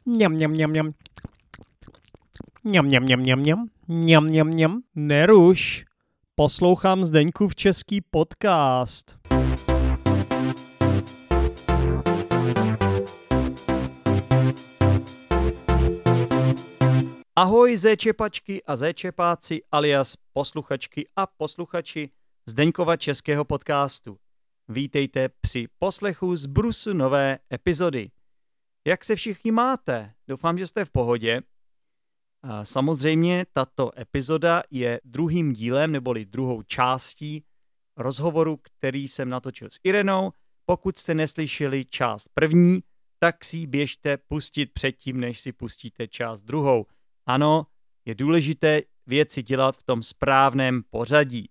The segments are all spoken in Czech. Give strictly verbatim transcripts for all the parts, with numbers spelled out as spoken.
Mňam, mňam, mňam, mňam. Mňam, mňam, mňam, mňam, mňam. Mňam, mňam, mňam. Neruš. Poslouchám Zdeňkův český podcast. Ahoj zéčepačky a zéčepáci alias posluchačky a posluchači Zdeňkova českého podcastu. Vítejte při poslechu z brusu nové epizody. Jak se všichni máte? Doufám, že jste v pohodě. A samozřejmě tato epizoda je druhým dílem neboli druhou částí rozhovoru, který jsem natočil s Irenou. Pokud jste neslyšeli část první, tak si ji běžte pustit předtím, než si pustíte část druhou. Ano, je důležité věci dělat v tom správném pořadí.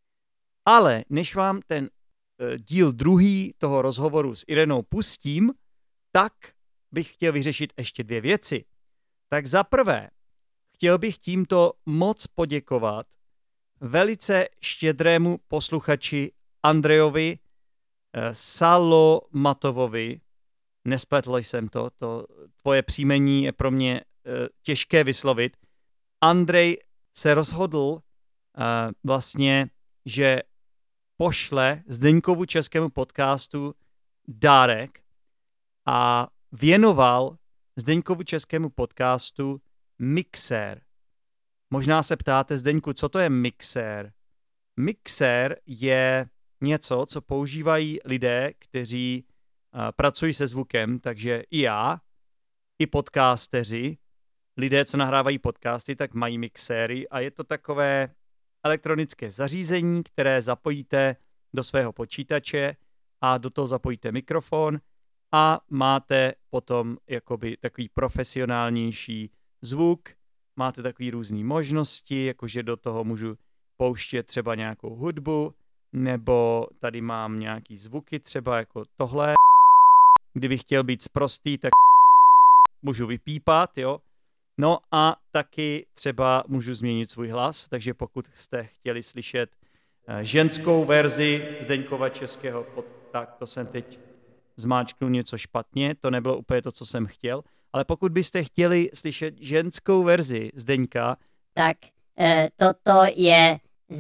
Ale než vám ten e, díl druhý toho rozhovoru s Irenou pustím, tak bych chtěl vyřešit ještě dvě věci. Tak za prvé, chtěl bych tímto moc poděkovat velice štědrému posluchači Andrejovi e, Salomatovovi. Nespletl jsem to, to tvoje příjmení je pro mě těžké vyslovit. Andrej se rozhodl uh, vlastně, že pošle Zdeňkovu českému podcastu dárek a věnoval Zdeňkovu českému podcastu mixér. Možná se ptáte, Zdeňku, co to je mixér? Mixér je něco, co používají lidé, kteří uh, pracují se zvukem, takže i já, i podcasteři, lidé, co nahrávají podcasty, tak mají mixéry a je to takové elektronické zařízení, které zapojíte do svého počítače a do toho zapojíte mikrofon a máte potom jakoby takový profesionálnější zvuk, máte takový různý možnosti, jakože do toho můžu pouštět třeba nějakou hudbu, nebo tady mám nějaký zvuky, třeba jako tohle. Kdybych chtěl být sprostý, tak můžu vypípat, jo. No a taky třeba můžu změnit svůj hlas, takže pokud jste chtěli slyšet ženskou verzi Zdeňkova českého, tak to jsem teď zmáčknul něco špatně, to nebylo úplně to, co jsem chtěl, ale pokud byste chtěli slyšet ženskou verzi Zdeňka, tak e, toto je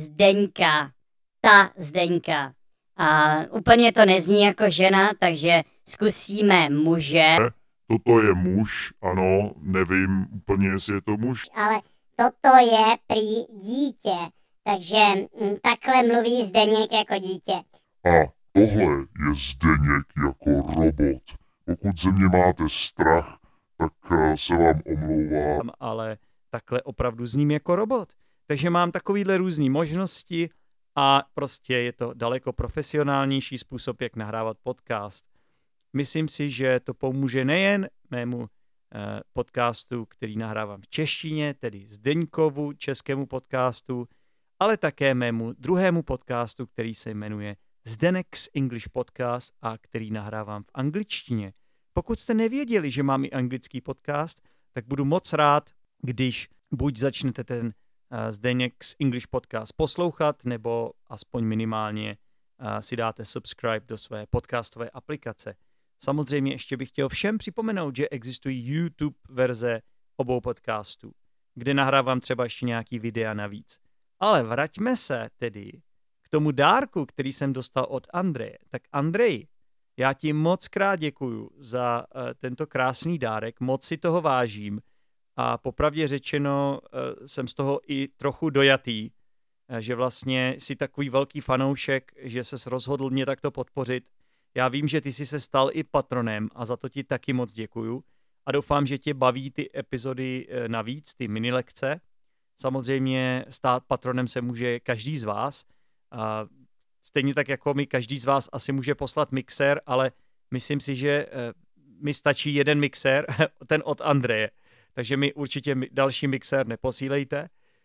Zdeňka, ta Zdeňka. A úplně to nezní jako žena, takže zkusíme muže. Toto je muž, ano, nevím úplně, jestli je to muž. Ale toto je prý dítě, takže m, takhle mluví Zdeněk jako dítě. A tohle je Zdeněk jako robot. Pokud ze mě máte strach, tak se vám omlouvám. Ale takhle opravdu zním jako robot. Takže mám takovýhle různý možnosti a prostě je to daleko profesionálnější způsob, jak nahrávat podcast. Myslím si, že to pomůže nejen mému eh, podcastu, který nahrávám v češtině, tedy Zdeňkovu českému podcastu, ale také mému druhému podcastu, který se jmenuje Zdenek's English Podcast a který nahrávám v angličtině. Pokud jste nevěděli, že mám i anglický podcast, tak budu moc rád, když buď začnete ten uh, Zdenek's English Podcast poslouchat, nebo aspoň minimálně uh, si dáte subscribe do své podcastové aplikace. Samozřejmě ještě bych chtěl všem připomenout, že existují YouTube verze obou podcastů, kde nahrávám třeba ještě nějaký videa navíc. Ale vraťme se tedy k tomu dárku, který jsem dostal od Andreje. Tak Andrej, já ti moc krát děkuju za uh, tento krásný dárek, moc si toho vážím a popravdě řečeno uh, jsem z toho i trochu dojatý, uh, že vlastně jsi takový velký fanoušek, že ses rozhodl mě takto podpořit. Já vím, že ty jsi se stal i patronem a za to ti taky moc děkuju a doufám, že tě baví ty epizody navíc, ty minilekce. Samozřejmě stát patronem se může každý z vás. A stejně tak jako mi každý z vás asi může poslat mixér, ale myslím si, že mi stačí jeden mixér, ten od Andreje. Takže mi určitě další mixér neposílejte.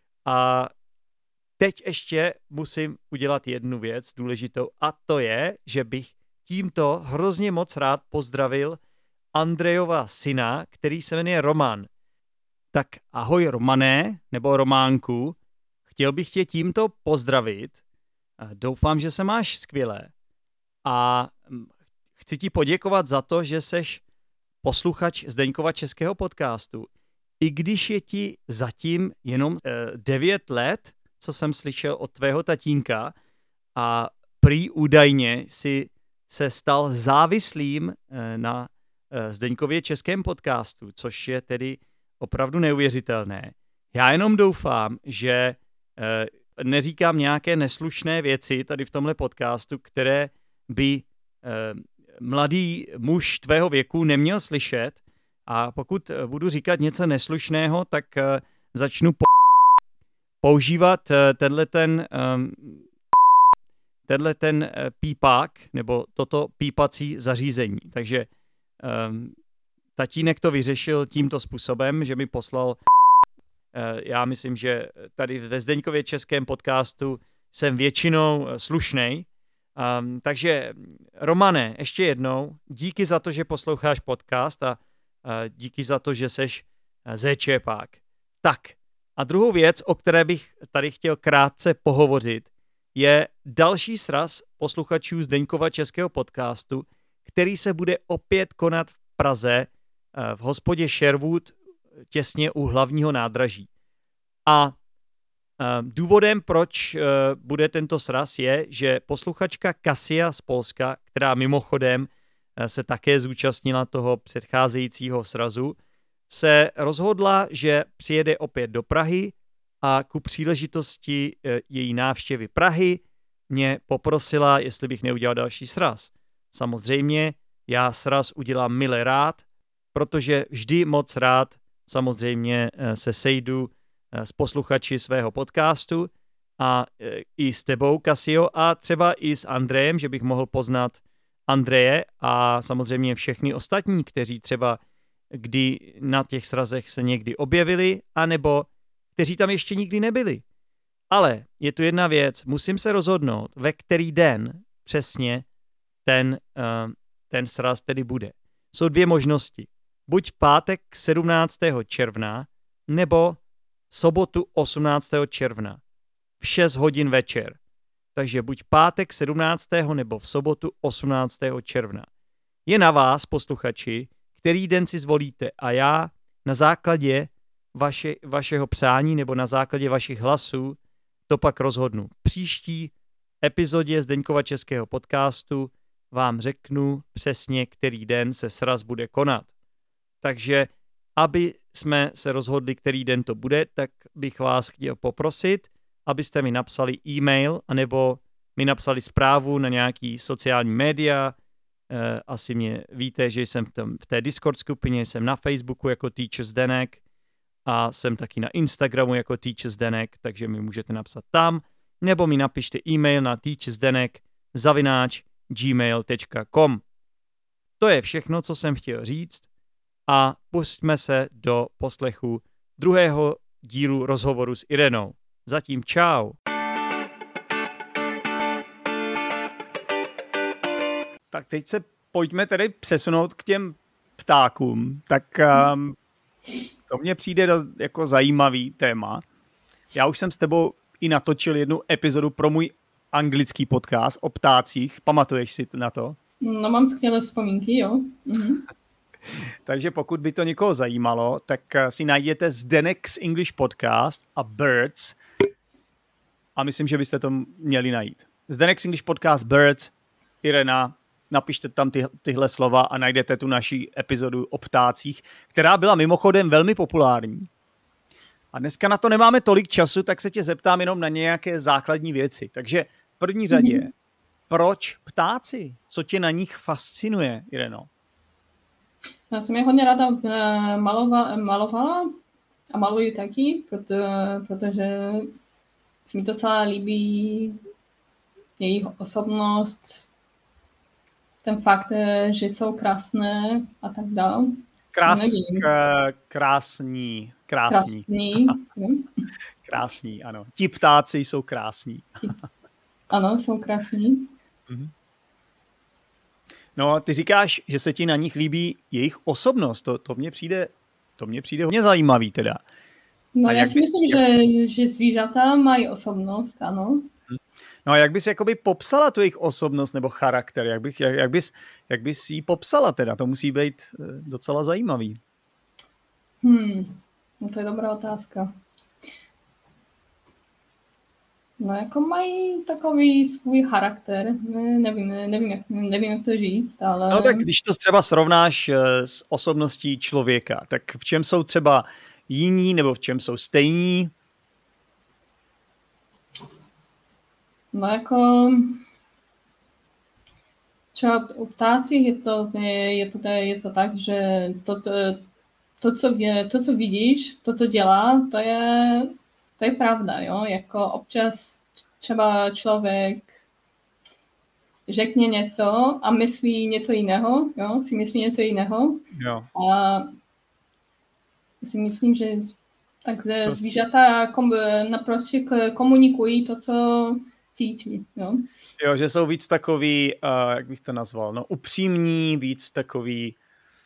A teď ještě musím udělat jednu věc důležitou a to je, že bych tímto hrozně moc rád pozdravil Andrejova syna, který se jmenuje Roman. Tak ahoj Romané, nebo Románku, chtěl bych tě tímto pozdravit. Doufám, že se máš skvěle. A chci ti poděkovat za to, že seš posluchač Zdeňkova českého podcastu, i když je ti zatím jenom devět let, co jsem slyšel od tvého tatínka, a prý údajně si se stal závislým na Zdeňkově českém podcastu, což je tedy opravdu neuvěřitelné. Já jenom doufám, že neříkám nějaké neslušné věci tady v tomhle podcastu, které by mladý muž tvého věku neměl slyšet, a pokud budu říkat něco neslušného, tak začnu po- používat tenhle ten, tenhle ten pípák nebo toto pípací zařízení. Takže tatínek to vyřešil tímto způsobem, že mi poslal. Já myslím, že tady ve Zdeňkově českém podcastu jsem většinou slušnej. Um, takže Romane, ještě jednou, díky za to, že posloucháš podcast a uh, díky za to, že seš zéčepák. Tak a druhou věc, o které bych tady chtěl krátce pohovořit, je další sraz posluchačů Zdeňkova českého podcastu, který se bude opět konat v Praze uh, v hospodě Sherwood těsně u hlavního nádraží. A Uh, důvodem, proč uh, bude tento sraz, je, že posluchačka Kasia z Polska, která mimochodem uh, se také zúčastnila toho předcházejícího srazu, se rozhodla, že přijede opět do Prahy a ku příležitosti uh, její návštěvy Prahy mě poprosila, jestli bych neudělal další sraz. Samozřejmě já sraz udělám mile rád, protože vždy moc rád samozřejmě uh, se sejdu s posluchači svého podcastu a i s tebou, Kasio, a třeba i s Andrejem, že bych mohl poznat Andreje a samozřejmě všechny ostatní, kteří třeba kdy na těch srazech se někdy objevili, anebo kteří tam ještě nikdy nebyli. Ale je tu jedna věc, musím se rozhodnout, ve který den přesně ten, ten sraz tedy bude. Jsou dvě možnosti. Buď v pátek sedmnáctého června, nebo sobotu osmnáctého června v šest hodin večer. Takže buď pátek sedmnáctého nebo v sobotu osmnáctého června. Je na vás, posluchači, který den si zvolíte a já na základě vaše, vašeho přání nebo na základě vašich hlasů to pak rozhodnu. V příští epizodě Zdeňkova českého podcastu vám řeknu přesně, který den se sraz bude konat. Takže aby jsme se rozhodli, který den to bude, tak bych vás chtěl poprosit, abyste mi napsali e-mail, anebo mi napsali zprávu na nějaký sociální média. E, asi mě víte, že jsem v, tom, v té Discord skupině, jsem na Facebooku jako Teacher Zdenek a jsem taky na Instagramu jako Teacher Zdenek, takže mi můžete napsat tam, nebo mi napište e-mail na teacherzdenek zavináč gmail tečka com. To je všechno, co jsem chtěl říct. A pustíme se do poslechu druhého dílu rozhovoru s Irenou. Zatím čau. Tak teď se pojďme tedy přesunout k těm ptákům. Tak um, to mně přijde jako zajímavý téma. Já už jsem s tebou i natočil jednu epizodu pro můj anglický podcast o ptácích. Pamatuješ si na to? No, mám skvělé vzpomínky, jo. Mhm. Takže pokud by to někoho zajímalo, tak si najděte Zdenek's English Podcast a Birds a myslím, že byste to měli najít. Zdenek's English Podcast, Birds, Irena, napište tam ty, tyhle slova a najdete tu naši epizodu o ptácích, která byla mimochodem velmi populární. A dneska na to nemáme tolik času, tak se tě zeptám jenom na nějaké základní věci. Takže v první řadě, mm-hmm. proč ptáci? Co tě na nich fascinuje, Ireno? Já jsem je hodně ráda malova, malovala a maluju taky, proto, protože se mi docela líbí jejich osobnost, ten fakt, že jsou krásné a tak dále. Krás, k, krásní. Krásní. Krásní. Krásní, ano. Ti ptáci jsou krásní. Ano, jsou krásní. Mhm. No, ty říkáš, že se ti na nich líbí jejich osobnost. To, to mně přijde, to mně přijde hodně zajímavý teda. No, já si myslím, bys... že, že zvířata mají osobnost, ano. No a jak bys jakoby popsala tu jejich osobnost nebo charakter? Jak, bych, jak, jak, bys, jak bys jí popsala teda? To musí být docela zajímavý. Hmm, no to je dobrá otázka. No jako mají takový svůj charakter, ne, nevím, ne, nevím, jak, nevím, jak to říct, ale... No tak když to třeba srovnáš s osobností člověka, tak v čem jsou třeba jiní nebo v čem jsou stejní? No jako... Třeba u ptácích je to, je, je to, je to tak, že to, to, to, co, je, to, co vidíš, to, co dělá, to je... To je pravda, jo, jako občas třeba člověk řekne něco a myslí něco jiného, jo, si myslí něco jiného. Jo. A si myslím, že tak ze zvířata kom, naprosto komunikují to, co cítí, jo. Jo, že jsou víc takový, uh, jak bych to nazval, no upřímní, víc takový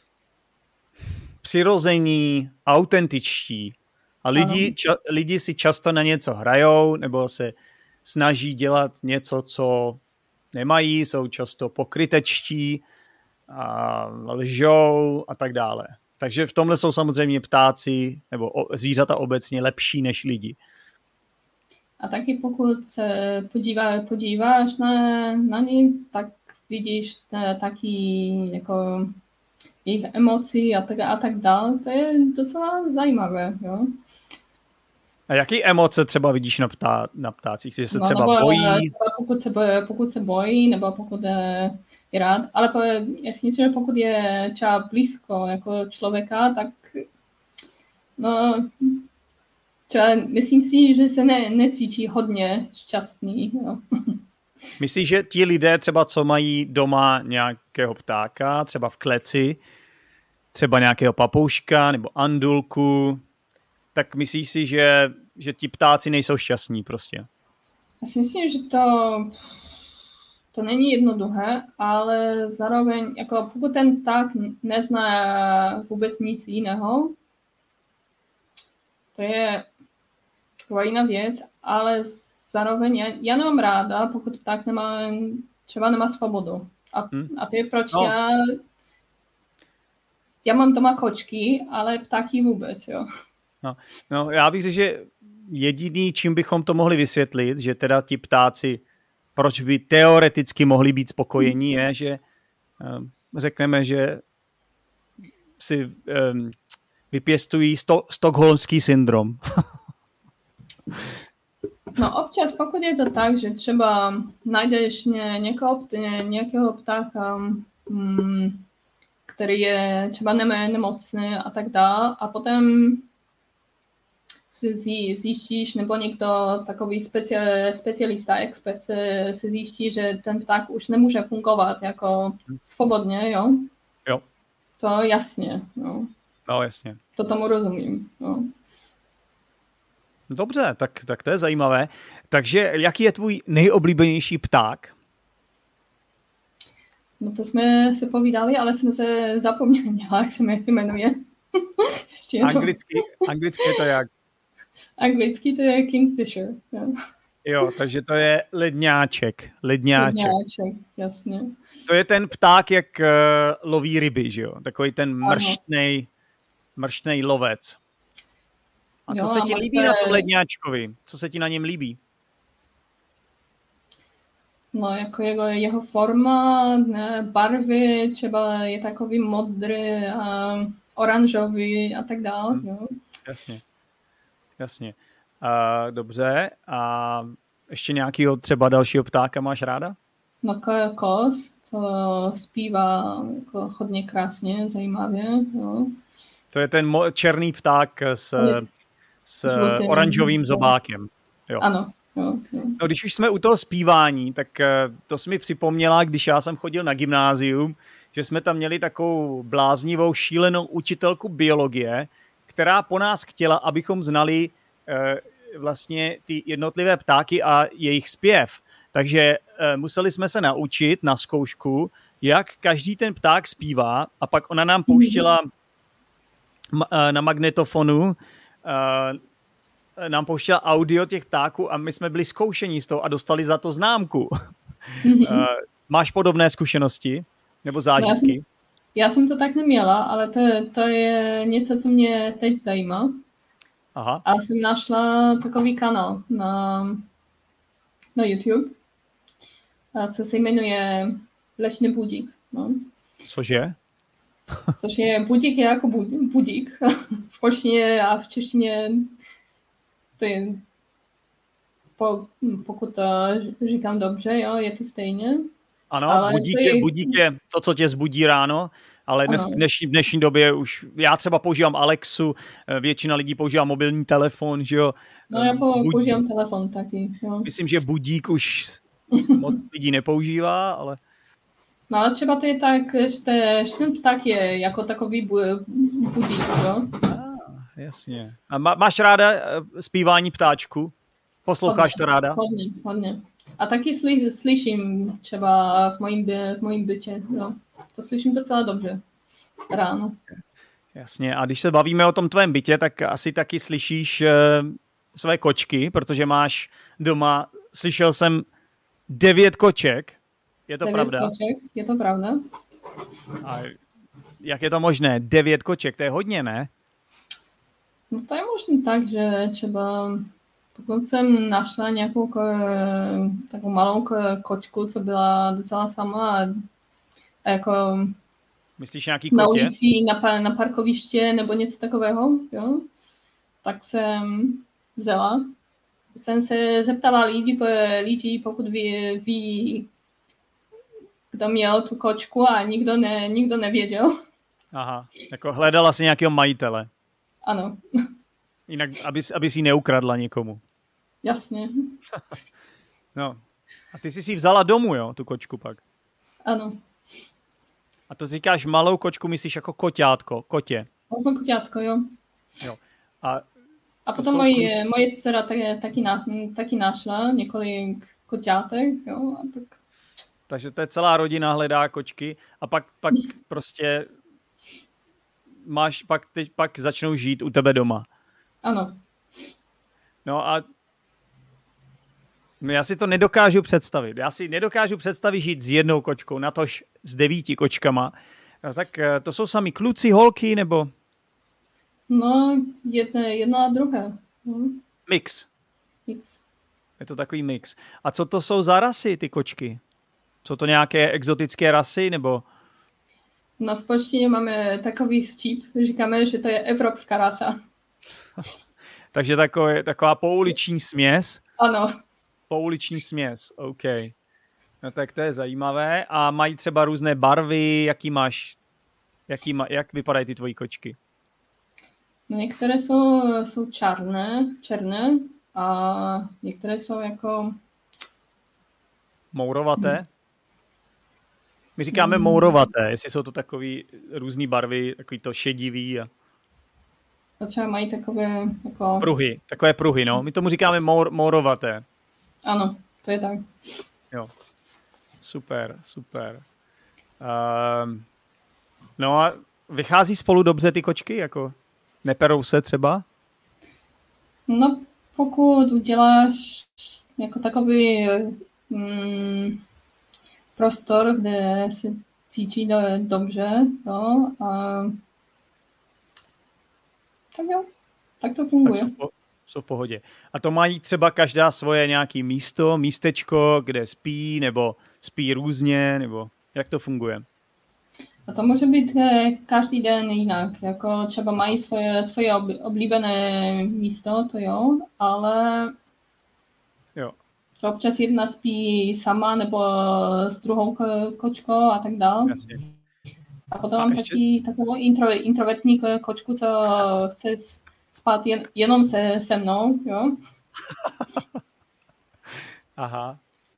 přirození, autentičtí. A lidi, ča, lidi si často na něco hrajou nebo se snaží dělat něco, co nemají, jsou často pokrytečtí, a lžou a tak dále. Takže v tomhle jsou samozřejmě ptáci nebo zvířata obecně lepší než lidi. A taky pokud se podívá, podíváš na, na ně, tak vidíš t, taky jako jejich emocí a tak, a tak dále. To je docela zajímavé, jo. A jaký emoce třeba vidíš na, ptá, na ptácích? Že se no, třeba nebo, bojí? Třeba pokud, se bojí, pokud se bojí, nebo pokud je, je rád. Ale po, já si myslím, že pokud je třeba blízko jako člověka, tak no, třeba myslím si, že se ne, necítí hodně šťastný. No. Myslíš, že ti lidé třeba, co mají doma nějakého ptáka, třeba v kleci, třeba nějakého papouška nebo andulku, tak myslíš si, že, že ti ptáci nejsou šťastní prostě? Já si myslím, že to, to není jednoduché, ale zároveň, jako pokud ten pták nezná vůbec nic jiného, to je taková jiná věc, ale zároveň já, já nemám ráda, pokud pták nemá, třeba nemá svobodu. A, hmm. a to je proč no. já já mám doma kočky, ale ptáky vůbec, jo. No, no, já bych řekl, že jediný, čím bychom to mohli vysvětlit, že teda ti ptáci, proč by teoreticky mohli být spokojení, je, že um, řekneme, že si um, vypěstují sto, stockholmský syndrom. No občas, pokud je to tak, že třeba najdeš ně, někoho, ně, nějakého ptáka, mm, který je třeba nemocný a tak dále, a potom si zjistíš, nebo někdo takový speciál, specialista, expert se, se zjistí, že ten pták už nemůže fungovat jako svobodně, jo? Jo. To jasně, no. No, jasně. To tomu rozumím, no. Dobře, tak, tak to je zajímavé. Takže jaký je tvůj nejoblíbenější pták? No to jsme se povídali, ale jsme se zapomněli, jak se jmenuje. Ještě anglicky, anglicky je to jak? Anglicky to je Kingfisher. Jo, jo takže to je ledňáček. Ledňáček. Ledňáček, jasně. To je ten pták, jak uh, loví ryby, že jo? Takový ten mrštnej, mrštnej lovec. A co jo, se ti líbí je... na tom ledňáčkovi? Co se ti na něm líbí? No, jako jeho, jeho forma, ne, barvy, třeba je takový modrý, a oranžový a tak dále. Hmm. Jo. Jasně, jasně. Uh, dobře, a ještě nějakýho třeba dalšího ptáka máš ráda? No, kos, to zpívá jako hodně krásně, zajímavě. Jo. To je ten mo- černý pták s, s oranžovým zobákem. Jo. Ano. Jo, jo. No, když už jsme u toho zpívání, tak to jsi mi připomněla, když já jsem chodil na gymnázium, že jsme tam měli takovou bláznivou, šílenou učitelku biologie, která po nás chtěla, abychom znali e, vlastně ty jednotlivé ptáky a jejich zpěv. Takže e, museli jsme se naučit na zkoušku, jak každý ten pták zpívá, a pak ona nám pouštěla ma, e, na magnetofonu e, nám pouštěla audio těch ptáků a my jsme byli zkoušení z toho a dostali za to známku. Mm-hmm. Máš podobné zkušenosti nebo zážitky? Já jsem, já jsem to tak neměla, ale to, to je něco, co mě teď zajímá. Aha. A jsem našla takový kanál na, na YouTube, co se jmenuje Leśny budík. No. Cože? Což je budík je jako budík. V polštině a v češtině to je, po, pokud to říkám dobře, jo, je to stejně. Ano, ale budík, to je... je, budík je to, co tě zbudí ráno, ale dnes, v dnešní, dnešní době už, já třeba používám Alexu, většina lidí používá mobilní telefon, že jo. No já po, používám telefon taky, jo. Myslím, že budík už moc lidí nepoužívá, ale... No ale třeba to je tak, že ten pták je jako takový budík, jo. Ah, jasně. A má, máš ráda zpívání ptáčku? Posloucháš to ráda? Hodně, hodně. A taky sly, slyším třeba v mojím, v mojím bytě, jo. To slyším docela dobře ráno. Jasně. A když se bavíme o tom tvém bytě, tak asi taky slyšíš uh, své kočky, protože máš doma, slyšel jsem devět koček. Je to devět pravda? Koček, je to pravda. A jak je to možné? Devět koček, to je hodně, ne? No to je možná tak, že třeba pokud jsem našla nějakou ko, takovou malou ko, kočku, co byla docela sama a, a jako myslíš nějaký kotě? Na ulici, na, na parkoviště nebo něco takového, jo? Tak jsem vzala. Jsem se zeptala lidí, lidí pokud ví, ví, kdo měl tu kočku a nikdo, ne, nikdo nevěděl. Aha, jako hledala si nějakého majitele. Ano. Jinak, aby, aby si ji neukradla někomu. Jasně. No. A ty jsi si vzala domů, jo, tu kočku pak? Ano. A to říkáš malou kočku, myslíš jako koťátko, kotě? Jako koťátko, jo. Jo. A, a potom moje, moje dcera taky, taky, na, taky našla několik koťátek, jo. A tak... Takže to je celá rodina hledá kočky a pak, pak prostě máš, pak, teď, pak začnou žít u tebe doma. Ano. No a já si to nedokážu představit. Já si nedokážu představit žít s jednou kočkou, natož s devíti kočkama. No, tak to jsou sami kluci, holky, nebo? No, jedno, jedno a druhé. Hm. Mix. Mix. Je to takový mix. A co to jsou za rasy, ty kočky? Jsou to nějaké exotické rasy, nebo? No v polštině máme takový vtip, říkáme, že to je evropská rasa. Takže takové, taková pouliční směs. Ano. Pouliční směs, OK. No tak to je zajímavé. A mají třeba různé barvy, jaký máš, jaký ma, jak vypadají ty tvojí kočky? No některé jsou, jsou černé, černé a některé jsou jako... Mourovaté? My říkáme hmm. mourovaté, jestli jsou to takový různý barvy, takový to šedivý. A... A třeba mají takové jako... Pruhy, takové pruhy, no. My tomu říkáme mour, mourovaté. Ano, to je tak. Jo, super, super. Um, no a vychází spolu dobře ty kočky, jako neperou se třeba? No, pokud uděláš jako takový mm, prostor, kde se cítí do, dobře, jo, a tak jo, tak to funguje. Tak jsou, jsou v pohodě. A to mají třeba každá svoje nějaké místo, místečko, kde spí, nebo spí různě, nebo jak to funguje? A to může být každý den jinak, jako třeba mají svoje, svoje oblíbené místo, to jo, ale jo. Občas jedna spí sama nebo s druhou ko- kočkou a tak dále. Jasně. A potom a mám ještě... taky, takovou intro, introvertní kočku, co chce spát jen, jenom se, se mnou, jo. Aha.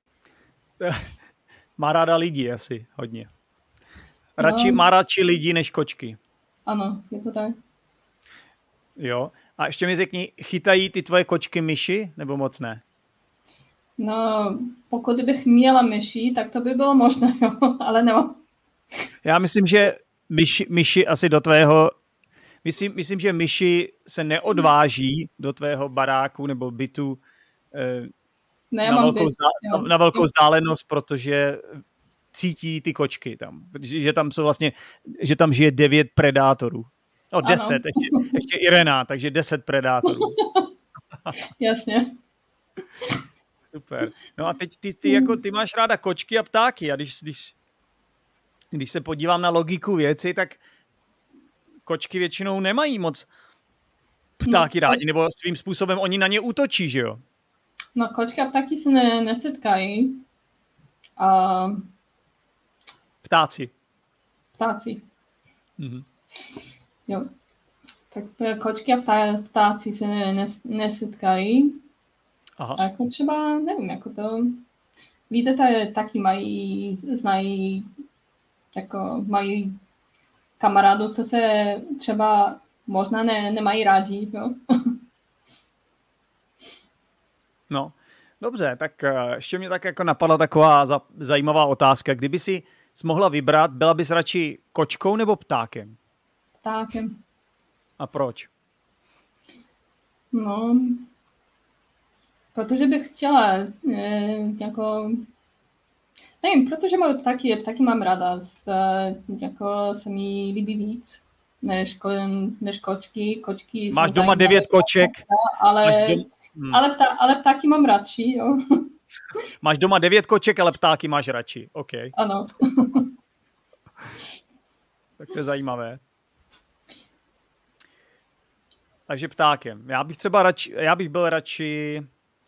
Má ráda lidi asi hodně. Radši, no. Má radši lidi než kočky. Ano, je to tak. Jo. A ještě mi řekni, chytají ty tvoje kočky myši, nebo moc ne? No, pokud bych měla myši, tak to by bylo možné, jo, ale nemám. Já myslím, že myši, myši asi do tvého, myslím, myslím, že myši se neodváží do tvého baráku nebo bytu eh, Ne, já na, mám velkou byt, zdá, jo. na velkou vzdálenost, protože cítí ty kočky tam. Že, že tam jsou vlastně, že tam žije devět predátorů. No deset, ještě, ještě Irena, takže deset predátorů. Jasně. Super. No a teď ty, ty, jako, ty máš ráda kočky a ptáky a když, když, když se podívám na logiku věci, tak kočky většinou nemají moc ptáky no, rádi, nebo svým způsobem oni na ně útočí, že jo? No kočky a ptáky se ne, nesetkají. A Ptáci. ptáci. Mhm. Jo. Tak kočky a ptá, ptáci se ne, nes, nesetkají. Aha. A jako třeba, nevím, jako to... Lidé taky mají, znají, jako mají kamarádů, co se třeba možná ne, nemají rádi, jo? No, dobře, tak uh, ještě mě tak jako napadla taková za, zajímavá otázka. Kdyby si mohla vybrat, byla bys radši kočkou nebo ptákem? Ptákem. A proč? No, protože bych chtěla eh, jako... Nevím, protože mám ptáky, ptáky mám ráda, s, jako se mi líbí víc než, ko, než kočky. kočky Máš doma devět koček. Ale, Máš dom... hmm. ale, ptá, ale ptáky mám radši, jo. Máš doma devět koček, ale ptáky máš radši. OK. Ano. Tak to je zajímavé. Takže ptákem. Já bych třeba radši, já bych byl radši...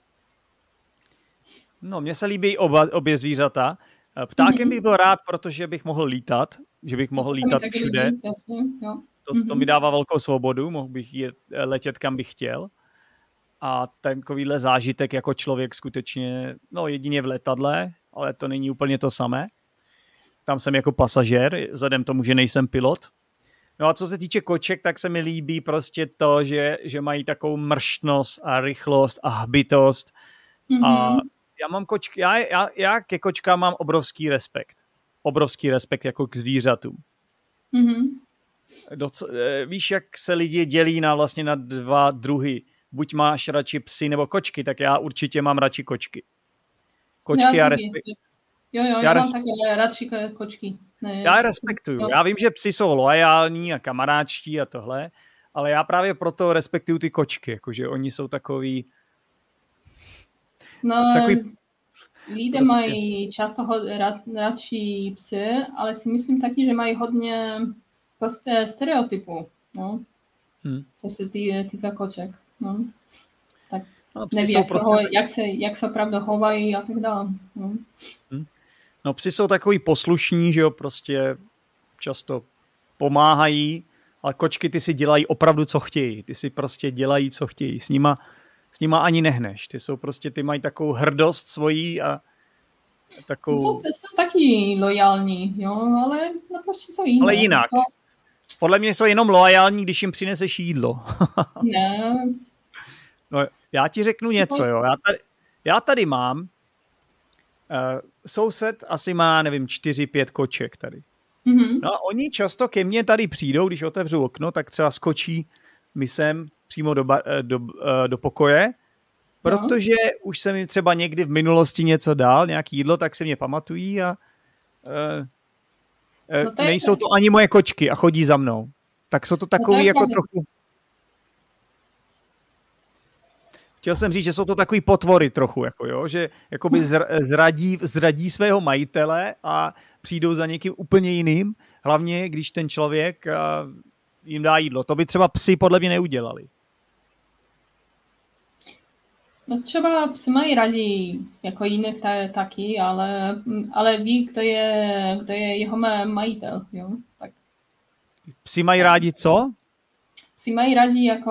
No, mně se líbí oba, obě zvířata. Ptákem bych byl rád, protože bych mohl lítat, že bych mohl lítat všude. Líbí, jasně, jo. To, to mi dává velkou svobodu, mohl bych jet, letět kam bych chtěl. A takovýhle zážitek jako člověk skutečně, no jedině v letadle, ale to není úplně to samé. Tam jsem jako pasažér, vzhledem tomu, že nejsem pilot. No a co se týče koček, tak se mi líbí prostě to, že, že mají takovou mrštnost a rychlost a hbitost. Mm-hmm. A já mám kočky, já, já, já ke kočkám mám obrovský respekt. Obrovský respekt jako k zvířatům. Mm-hmm. Doc, víš, jak se lidi dělí na vlastně na dva druhy. Buď máš radši psy nebo kočky, tak já určitě mám radši kočky. Kočky já, já respektuju. Jo, jo, já, já res... mám také radši kočky. Ne, já je respektuju. Jo. Já vím, že psi jsou loajální a kamaráčtí a tohle, ale já právě proto respektuju ty kočky, jakože oni jsou takový... No, takový... lidé prostě... mají často rad, radši psy, ale si myslím taky, že mají hodně stereotypů, no, hmm. co se tý, týká koček. No. Tak no, nevím, jak, prostě... jak, se, jak se opravdu chovají a tak dále. No. Hmm. No psi jsou takový poslušní, že jo, prostě často pomáhají, ale kočky ty si dělají opravdu, co chtějí. Ty si prostě dělají, co chtějí. S nima, s nima ani nehneš. Ty jsou prostě, ty mají takovou hrdost svojí a takovou... Jsou, jsou taky lojální, jo, ale no prostě jsou jiné. Ale jinak. To... Podle mě jsou jenom loajální, když jim přineseš jídlo. Ne. No, já ti řeknu něco, jo. Já tady, já tady mám uh, soused asi má, nevím, čtyři, pět koček tady. Mm-hmm. No a oni často ke mně tady přijdou, když otevřu okno, tak třeba skočí mi sem přímo do, bar, do, do pokoje, protože no. už jsem jim třeba někdy v minulosti něco dal, nějaký jídlo, tak se mě pamatují a uh, no to nejsou to ani moje kočky a chodí za mnou. Tak jsou to takový no to jako pravda. trochu... Chtěl jsem říct, že jsou to takový potvory trochu, jako jo, že jakoby zradí, zradí svého majitele a přijdou za někým úplně jiným, hlavně když ten člověk jim dá jídlo. To by třeba psi podle mě neudělali. No třeba psi mají rádi jako jiné taky, ale, ale ví, kdo je, kdo je jeho majitel, jo. Tak. Psi mají rádi co? Psi mají rádi jako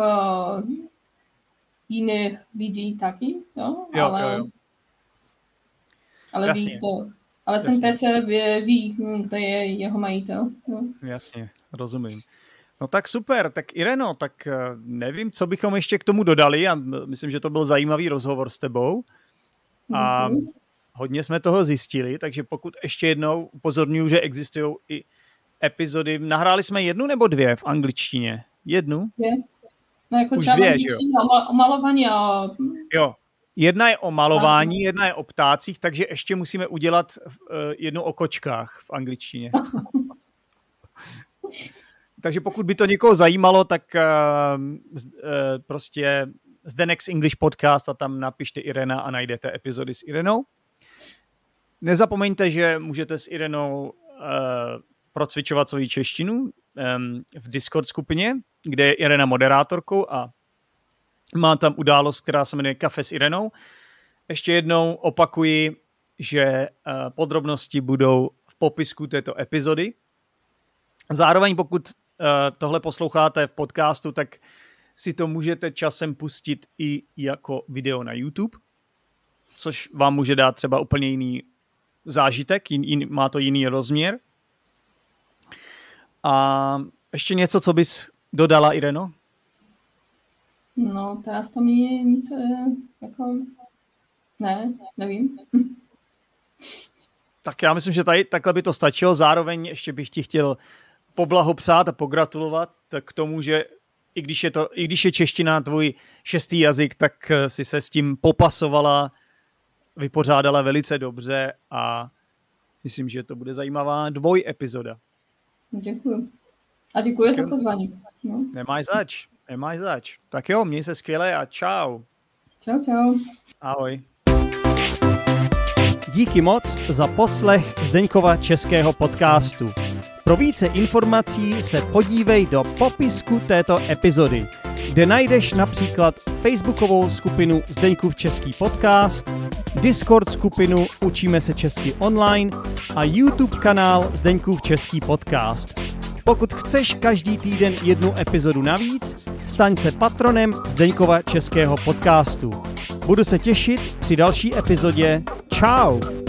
jiných lidí taky, jo, jo ale, jo, jo. ale Jasně. ví to. Ale ten Jasně. pes ví, ví, kdo je jeho majitel. Jo. Jasně, rozumím. No tak super, tak Ireno, tak nevím, co bychom ještě k tomu dodali a myslím, že to byl zajímavý rozhovor s tebou a mm-hmm. hodně jsme toho zjistili, takže pokud ještě jednou upozorňuji, že existují i epizody, nahráli jsme jednu nebo dvě v angličtině? Jednu? Je. No jako Už třeba dvě, že jo? O, mal- o malování a... Jo. Jedna je o malování, jedna je o ptácích, takže ještě musíme udělat uh, jednu o kočkách v angličtině. Takže pokud by to někoho zajímalo, tak uh, uh, prostě Zdenek's English Podcast a tam napište Irena a najdete epizody s Irenou. Nezapomeňte, že můžete s Irenou uh, procvičovat svoji češtinu um, v Discord skupině, kde je Irena moderátorkou a má tam událost, která se jmenuje Kafe s Irenou. Ještě jednou opakuji, že uh, podrobnosti budou v popisku této epizody. Zároveň pokud uh, tohle posloucháte v podcastu, tak si to můžete časem pustit i jako video na YouTube, což vám může dát třeba úplně jiný zážitek, jin, jin, má to jiný rozměr. A ještě něco, co bys dodala, Ireno? No, teraz to mi nic jako... Ne, nevím. Tak já myslím, že tady takhle by to stačilo. Zároveň ještě bych ti chtěl poblahopřát a pogratulovat k tomu, že i když je, to, i když je čeština tvůj šestý jazyk, tak si se s tím popasovala, vypořádala velice dobře a myslím, že to bude zajímavá dvoj epizoda. Děkuju. A děkuji za pozvání. No. Nemáš zač, nemáš zač. Tak jo, měj se skvěle a čau. Čau, čau. Ahoj. Díky moc za poslech Zdeňkova českého podcastu. Pro více informací se podívej do popisku této epizody, kde najdeš například facebookovou skupinu Zdeňkův český podcast, Discord skupinu Učíme se česky online a YouTube kanál Zdeňkův český podcast. Pokud chceš každý týden jednu epizodu navíc, staň se patronem Zdeňkova českého podcastu. Budu se těšit při další epizodě. Čau!